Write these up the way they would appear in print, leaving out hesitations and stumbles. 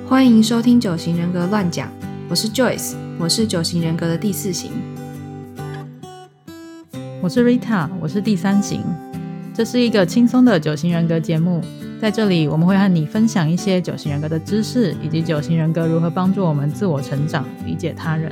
欢迎收听九型人格乱讲，我是 Joyce， 我是九型人格的第4型。 我是 Rita， 我是第3型。这是一个轻松的九型人格节目，在这里我们会和你分享一些九型人格的知识，以及九型人格如何帮助我们自我成长、理解他人。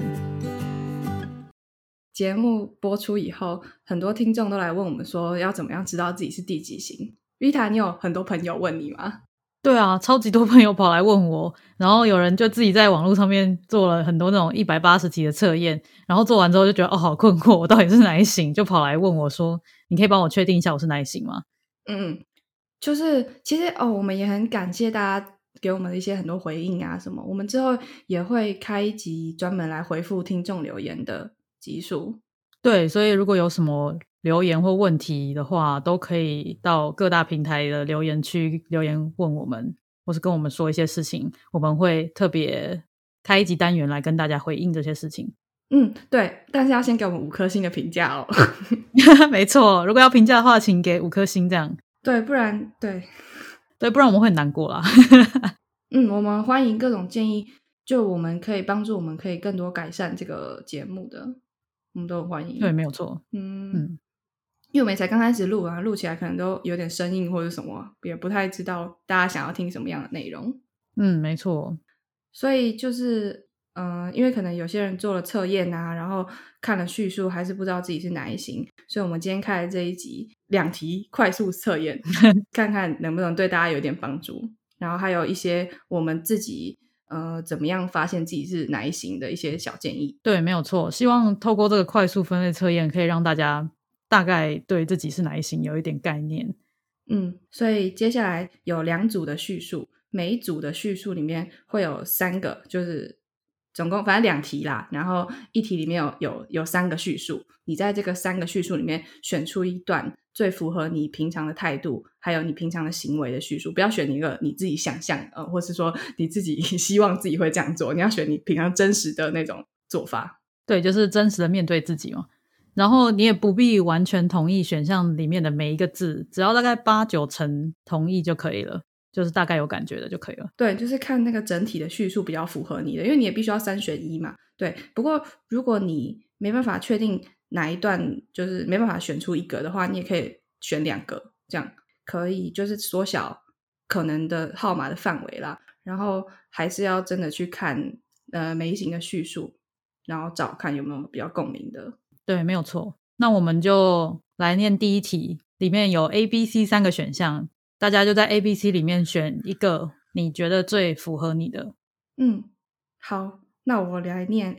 节目播出以后，很多听众都来问我们说要怎么样知道自己是第几型。 Rita， 你有很多朋友问你吗？ 对啊，超级多朋友跑来问我，然后有人就自己在网络上面做了很多那种180题的测验，然后做完之后就觉得好困惑，我到底是哪一型，就跑来问我说你可以帮我确定一下我是哪一型吗？ 就是其实我们也很感谢大家给我们的一些很多回应啊什么，我们之后也会开一集专门来回复听众留言的集数。 对，所以如果有什么留言或问题的话，都可以到各大平台的留言区留言问我们，或是跟我们说一些事情，我们会特别开一集单元来跟大家回应这些事情。 对，但是要先给我们5颗星的评价哦。 没错，如果要评价的话请给5颗星这样。 对，不然不然我们会很难过啦。 我们欢迎各种建议，就我们可以帮助我们可以更多改善这个节目的，我们都很欢迎。 对，没有错。 因为我们才刚开始录啊，录起来可能都有点生硬或者什么，也不太知道大家想要听什么样的内容。 没错。 所以就是因为可能有些人做了测验啊，然后看了叙述还是不知道自己是哪一型，所以我们今天开了这一集2题快速测验看看能不能对大家有点帮助，然后还有一些我们自己怎么样发现自己是哪一型的一些小建议。 对，没有错，希望透过这个快速分类测验可以让大家大概对自己是哪一型有一点概念。 所以接下来有2组的叙述，每一组的叙述里面会有3个，就是总共反正2题啦，然后一题里面有3个叙述，你在这个3个叙述里面选出一段最符合你平常的态度还有你平常的行为的叙述，不要选一个你自己想象或是说你自己希望自己会这样做，你要选你平常真实的那种做法。 对，就是真实的面对自己嘛。然后你也不必完全同意选项里面的每一个字，只要大概8-9成同意就可以了，就是大概有感觉的就可以了。 对，就是看那个整体的叙述比较符合你的，因为你也必须要3选1嘛。对，不过如果你没办法确定哪一段，就是没办法选出一个的话，你也可以选2个，这样可以就是缩小可能的号码的范围啦。然后还是要真的去看每一型的叙述，然后找看有没有比较共鸣的。 对，没有错。那我们就来念第一题，里面有 A、B、C 3个选项，大家就在 A、B、C 里面选一个你觉得最符合你的。 好，那我来念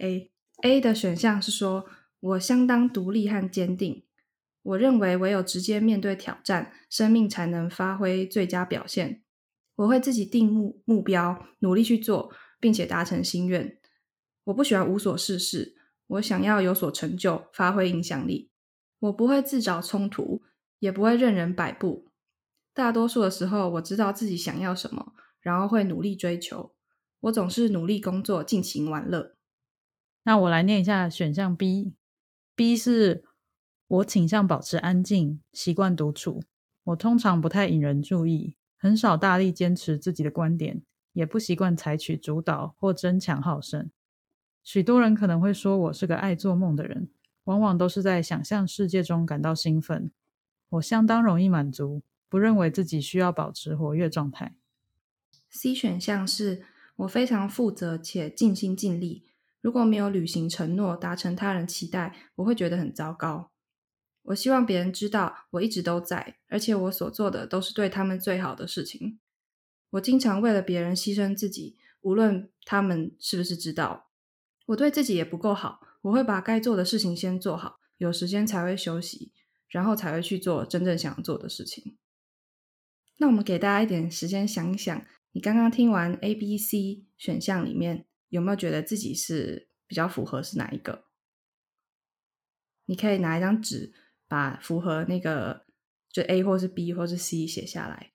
A 的选项是说，我相当独立和坚定，我认为唯有直接面对挑战，生命才能发挥最佳表现。我会自己定目标，努力去做，并且达成心愿。我不喜欢无所事事，我想要有所成就，发挥影响力。我不会自找冲突，也不会任人摆布。大多数的时候，我知道自己想要什么，然后会努力追求。我总是努力工作，尽情玩乐。 那我来念一下选项 B 是我倾向保持安静，习惯独处。我通常不太引人注意，很少大力坚持自己的观点，也不习惯采取主导或争强好胜。许多人可能会说我是个爱做梦的人，往往都是在想象世界中感到兴奋。我相当容易满足，不认为自己需要保持活跃状态。 C 选项是我非常负责且尽心尽力，如果没有履行承诺，达成他人期待，我会觉得很糟糕。我希望别人知道我一直都在，而且我所做的都是对他们最好的事情。我经常为了别人牺牲自己，无论他们是不是知道。我对自己也不够好，我会把该做的事情先做好，有时间才会休息，然后才会去做真正想做的事情。那我们给大家一点时间想一想，你刚刚听完 A、B、C 选项里面，有没有觉得自己是比较符合是哪一个？你可以拿一张纸，把符合那个就 A 或是 B 或是 C 写下来。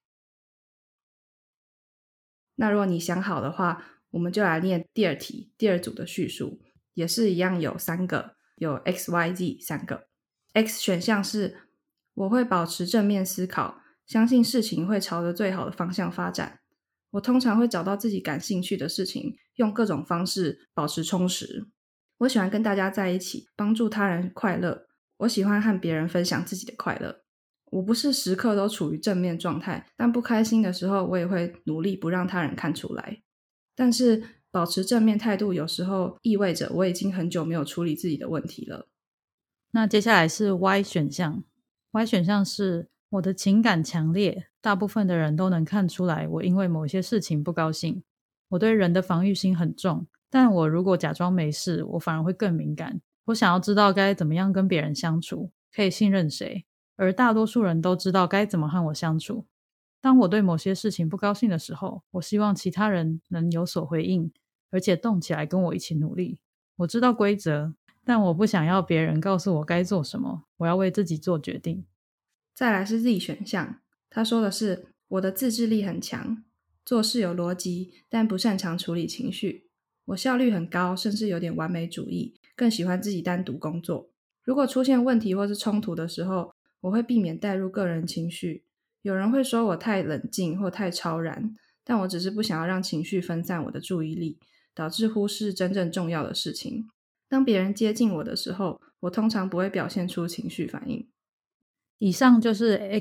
那如果你想好的话，我们就来念第2题，第2组的叙述，也是一样有3个，有 X、Y、Z 3个。X 选项是我会保持正面思考，相信事情会朝着最好的方向发展。 我通常会找到自己感兴趣的事情，用各种方式保持充实。我喜欢跟大家在一起，帮助他人快乐。我喜欢和别人分享自己的快乐。我不是时刻都处于正面状态，但不开心的时候，我也会努力不让他人看出来。但是保持正面态度有时候意味着我已经很久没有处理自己的问题了。 那接下来是 Y 选项。Y 选项是我的情感强烈，大部分的人都能看出来我因为某些事情不高兴。我对人的防御心很重，但我如果假装没事，我反而会更敏感。我想要知道该怎么样跟别人相处，可以信任谁，而大多数人都知道该怎么和我相处。当我对某些事情不高兴的时候，我希望其他人能有所回应，而且动起来跟我一起努力。我知道规则，但我不想要别人告诉我该做什么，我要为自己做决定。 再来是 Z 选项，他说的是我的自制力很强，做事有逻辑，但不擅长处理情绪。我效率很高，甚至有点完美主义，更喜欢自己单独工作。如果出现问题或是冲突的时候，我会避免带入个人情绪。有人会说我太冷静或太超然，但我只是不想要让情绪分散我的注意力，导致忽视真正重要的事情。当别人接近我的时候，我通常不会表现出情绪反应。 以上就是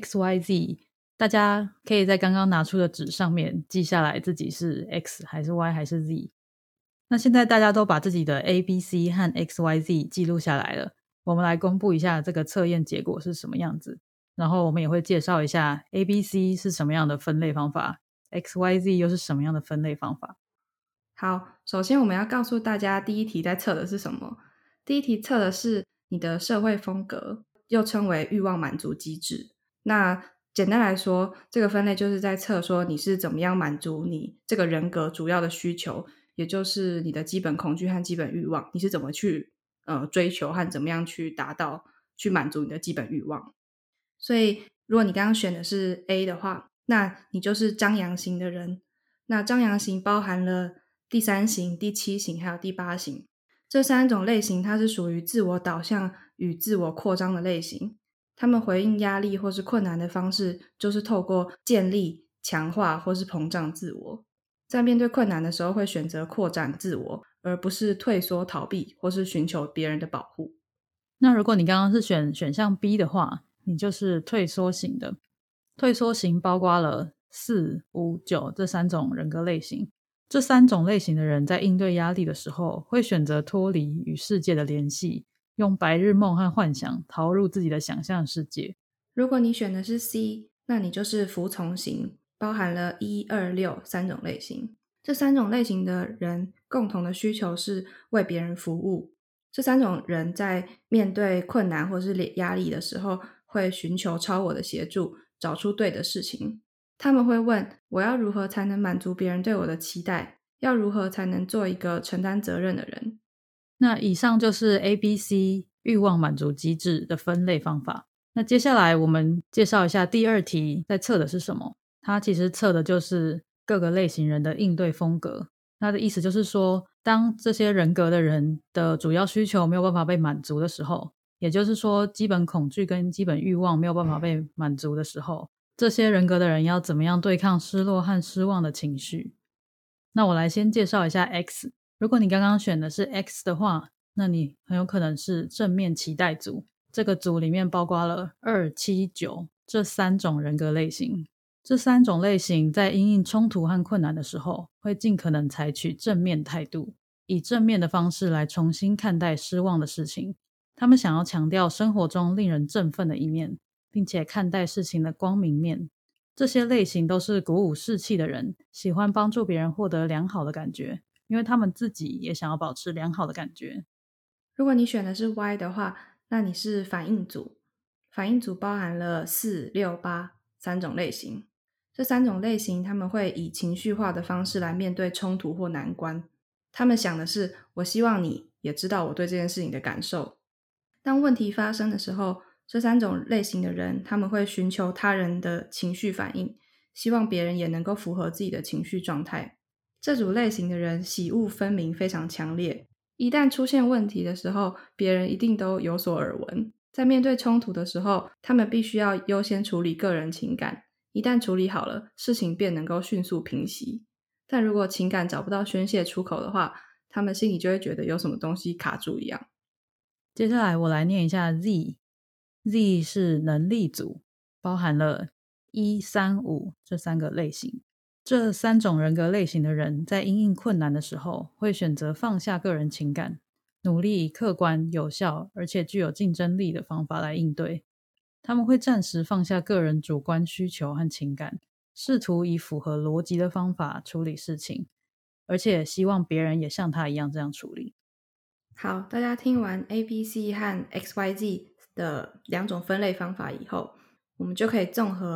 XYZ， 大家可以在刚刚拿出的纸上面记下来自己是 X 还是 Y 还是 Z。那现在大家都把自己的 ABC 和 XYZ 记录下来了，我们来公布一下这个测验结果是什么样子，然后我们也会介绍一下 ABC 是什么样的分类方法， XYZ 又是什么样的分类方法。 好，首先我们要告诉大家第一题在测的是什么。第一题测的是你的社会风格，又称为欲望满足机制。那简单来说，这个分类就是在测说你是怎么样满足你这个人格主要的需求，也就是你的基本恐惧和基本欲望，你是怎么去追求和怎么样去达到去满足你的基本欲望。所以如果你刚刚选的是 A 的话，那你就是张扬型的人。那张扬型包含了第3型、第7型还有第8型。这3种类型它是属于自我导向与自我扩张的类型。他们回应压力或是困难的方式就是透过建立、强化或是膨胀自我。在面对困难的时候会选择扩展自我，而不是退缩逃避或是寻求别人的保护。 那如果你刚刚是选项 B 的话，你就是退缩型的。退缩型包括了4、5、9这3种人格类型。这3种类型的人在应对压力的时候，会选择脱离与世界的联系，用白日梦和幻想逃入自己的想象世界。 如果你选的是 C， 那你就是服从型，包含了1、2、6 3种类型。这3种类型的人共同的需求是为别人服务。这3种人在面对困难或是压力的时候，会寻求超我的协助，找出对的事情。他们会问，我要如何才能满足别人对我的期待？要如何才能做一个承担责任的人？ 那以上就是 ABC 欲望满足机制的分类方法。那接下来我们介绍一下第2题在测的是什么。它其实测的就是各个类型人的应对风格。它的意思就是说，当这些人格的人的主要需求没有办法被满足的时候，也就是说基本恐惧跟基本欲望没有办法被满足的时候，这些人格的人要怎么样对抗失落和失望的情绪。那我来先介绍一下 X。如果你刚刚选的是 X 的话，那你很有可能是正面期待组。这个组里面包括了2、7、9这3种人格类型。这3种类型在因应冲突和困难的时候，会尽可能采取正面态度，以正面的方式来重新看待失望的事情。他们想要强调生活中令人振奋的一面，并且看待事情的光明面。这些类型都是鼓舞士气的人，喜欢帮助别人获得良好的感觉，因为他们自己也想要保持良好的感觉。 如果你选的是 Y 的话，那你是反应组。反应组包含了4、6、8 3种类型。这3种类型他们会以情绪化的方式来面对冲突或难关。他们想的是，我希望你也知道我对这件事情的感受。当问题发生的时候，这3种类型的人他们会寻求他人的情绪反应，希望别人也能够符合自己的情绪状态。这组类型的人喜恶分明，非常强烈。一旦出现问题的时候，别人一定都有所耳闻。在面对冲突的时候，他们必须要优先处理个人情感， 一旦处理好了，事情便能够迅速平息。但如果情感找不到宣泄出口的话，他们心里就会觉得有什么东西卡住一样。 接下来我来念一下 Z 是能力组，包含了1、3、5这3个类型。这3种人格类型的人在因应困难的时候，会选择放下个人情感，努力以客观、有效而且具有竞争力的方法来应对。他们会暂时放下个人主观需求和情感，试图以符合逻辑的方法处理事情，而且希望别人也像他一样这样处理。 好，大家听完 ABC 和 XYZ 的2种分类方法以后，我们就可以综合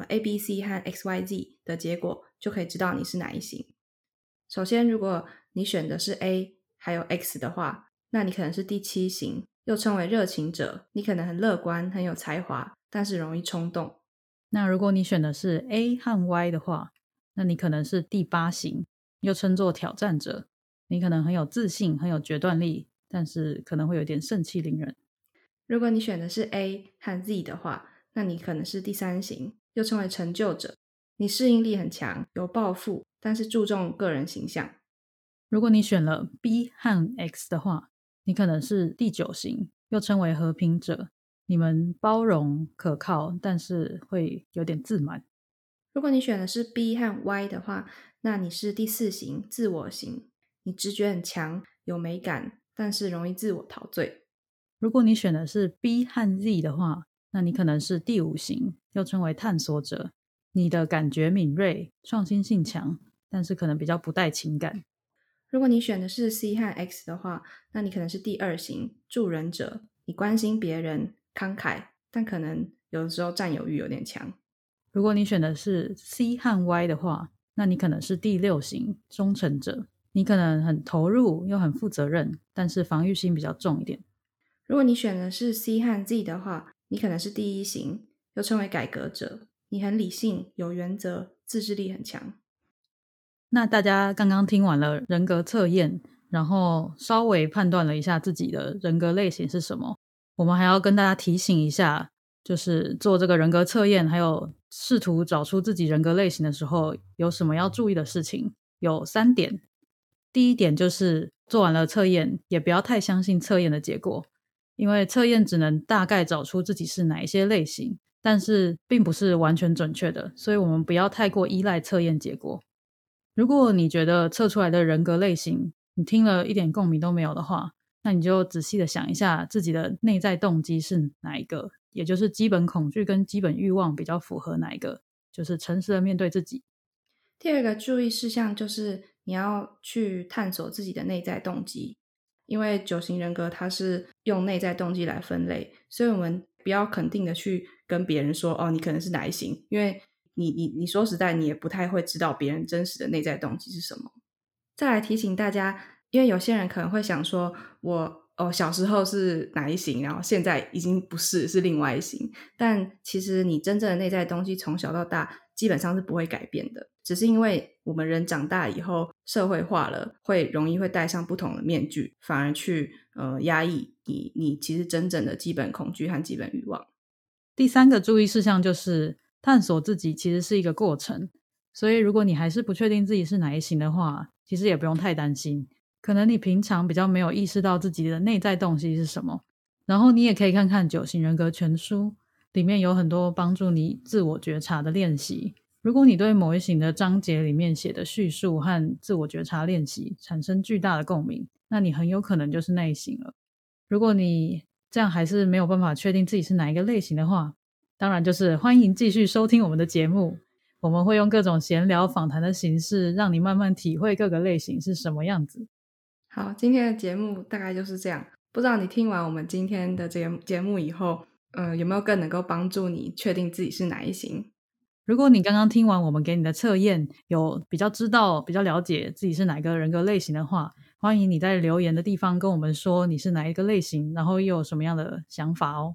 ABC 和 XYZ 的结果，就可以知道你是哪一型。首先，如果你选的是 A 还有 X 的话，那你可能是第7型，又称为热情者，你可能很乐观，很有才华，但是容易冲动。 那如果你选的是 A 和 Y 的话，那你可能是第8型，又称作挑战者，你可能很有自信，很有决断力，但是可能会有点盛气凌人。 如果你选的是 A 和 Z 的话，那你可能是第3型，又称为成就者，你适应力很强，有抱负，但是注重个人形象。 如果你选了 B 和 X 的话，你可能是第9型，又称为和平者，你们包容可靠，但是会有点自满。 如果你选的是 B 和 Y 的话，那你是第4型，自我型，你直觉很强，有美感，但是容易自我陶醉。 如果你选的是 B 和 Z 的话，那你可能是第5型，又称为探索者，你的感觉敏锐，创新性强，但是可能比较不带情感。 如果你选的是 C 和 X 的话，那你可能是第2型，助人者，你关心别人，慷慨，但可能有的时候占有欲有点强。 如果你选的是 C 和 Y 的话，那你可能是第6型，忠诚者，你可能很投入又很负责任，但是防御心比较重一点。 如果你选的是 C 和 Z 的话，你可能是第1型，又称为改革者，你很理性，有原则，自制力很强。 那大家刚刚听完了人格测验，然后稍微判断了一下自己的人格类型是什么，我们还要跟大家提醒一下，就是做这个人格测验还有试图找出自己人格类型的时候有什么要注意的事情，有3点。第一点就是做完了测验也不要太相信测验的结果，因为测验只能大概找出自己是哪一些类型，但是并不是完全准确的，所以我们不要太过依赖测验结果。如果你觉得测出来的人格类型你听了一点共鸣都没有的话，那你就仔细的想一下自己的内在动机是哪一个，也就是基本恐惧跟基本欲望比较符合哪一个，就是诚实的面对自己。 第2个注意事项就是你要去探索自己的内在动机，因为9型人格它是用内在动机来分类，所以我们不要肯定的去跟别人说你可能是哪一型，因为你说实在你也不太会知道别人真实的内在动机是什么。再来提醒大家，因为有些人可能会想说我小时候是哪一型，然后现在已经不是，是另外一型，但其实你真正的内在动机从小到大基本上是不会改变的，只是因为我们人长大以后社会化了，容易会戴上不同的面具，反而去压抑你其实真正的基本恐惧和基本欲望。 第3个注意事项就是探索自己其实是一个过程，所以如果你还是不确定自己是哪一型的话，其实也不用太担心，可能你平常比较没有意识到自己的内在动机是什么，然后你也可以看看9型人格全书，里面有很多帮助你自我觉察的练习。如果你对某一型的章节里面写的叙述和自我觉察练习产生巨大的共鸣，那你很有可能就是那一型了。如果你这样还是没有办法确定自己是哪一个类型的话，当然就是欢迎继续收听我们的节目，我们会用各种闲聊访谈的形式让你慢慢体会各个类型是什么样子。 好，今天的节目大概就是这样，不知道你听完我们今天的这个节目以后有没有更能够帮助你确定自己是哪一型。 如果你刚刚听完我们给你的测验有比较知道比较了解自己是哪个人格类型的话，欢迎你在留言的地方跟我们说你是哪一个类型，然后又有什么样的想法哦。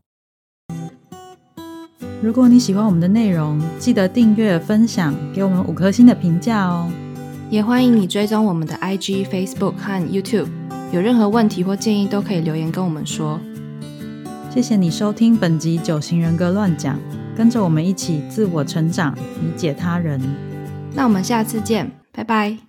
如果你喜欢我们的内容，记得订阅分享，给我们5颗星的评价哦。 也欢迎你追踪我们的 IG、Facebook 和 YouTube， 有任何问题或建议都可以留言跟我们说。 谢谢你收听本集9型人格乱讲， 跟着我们一起自我成长，理解他人。 那我们下次见，拜拜。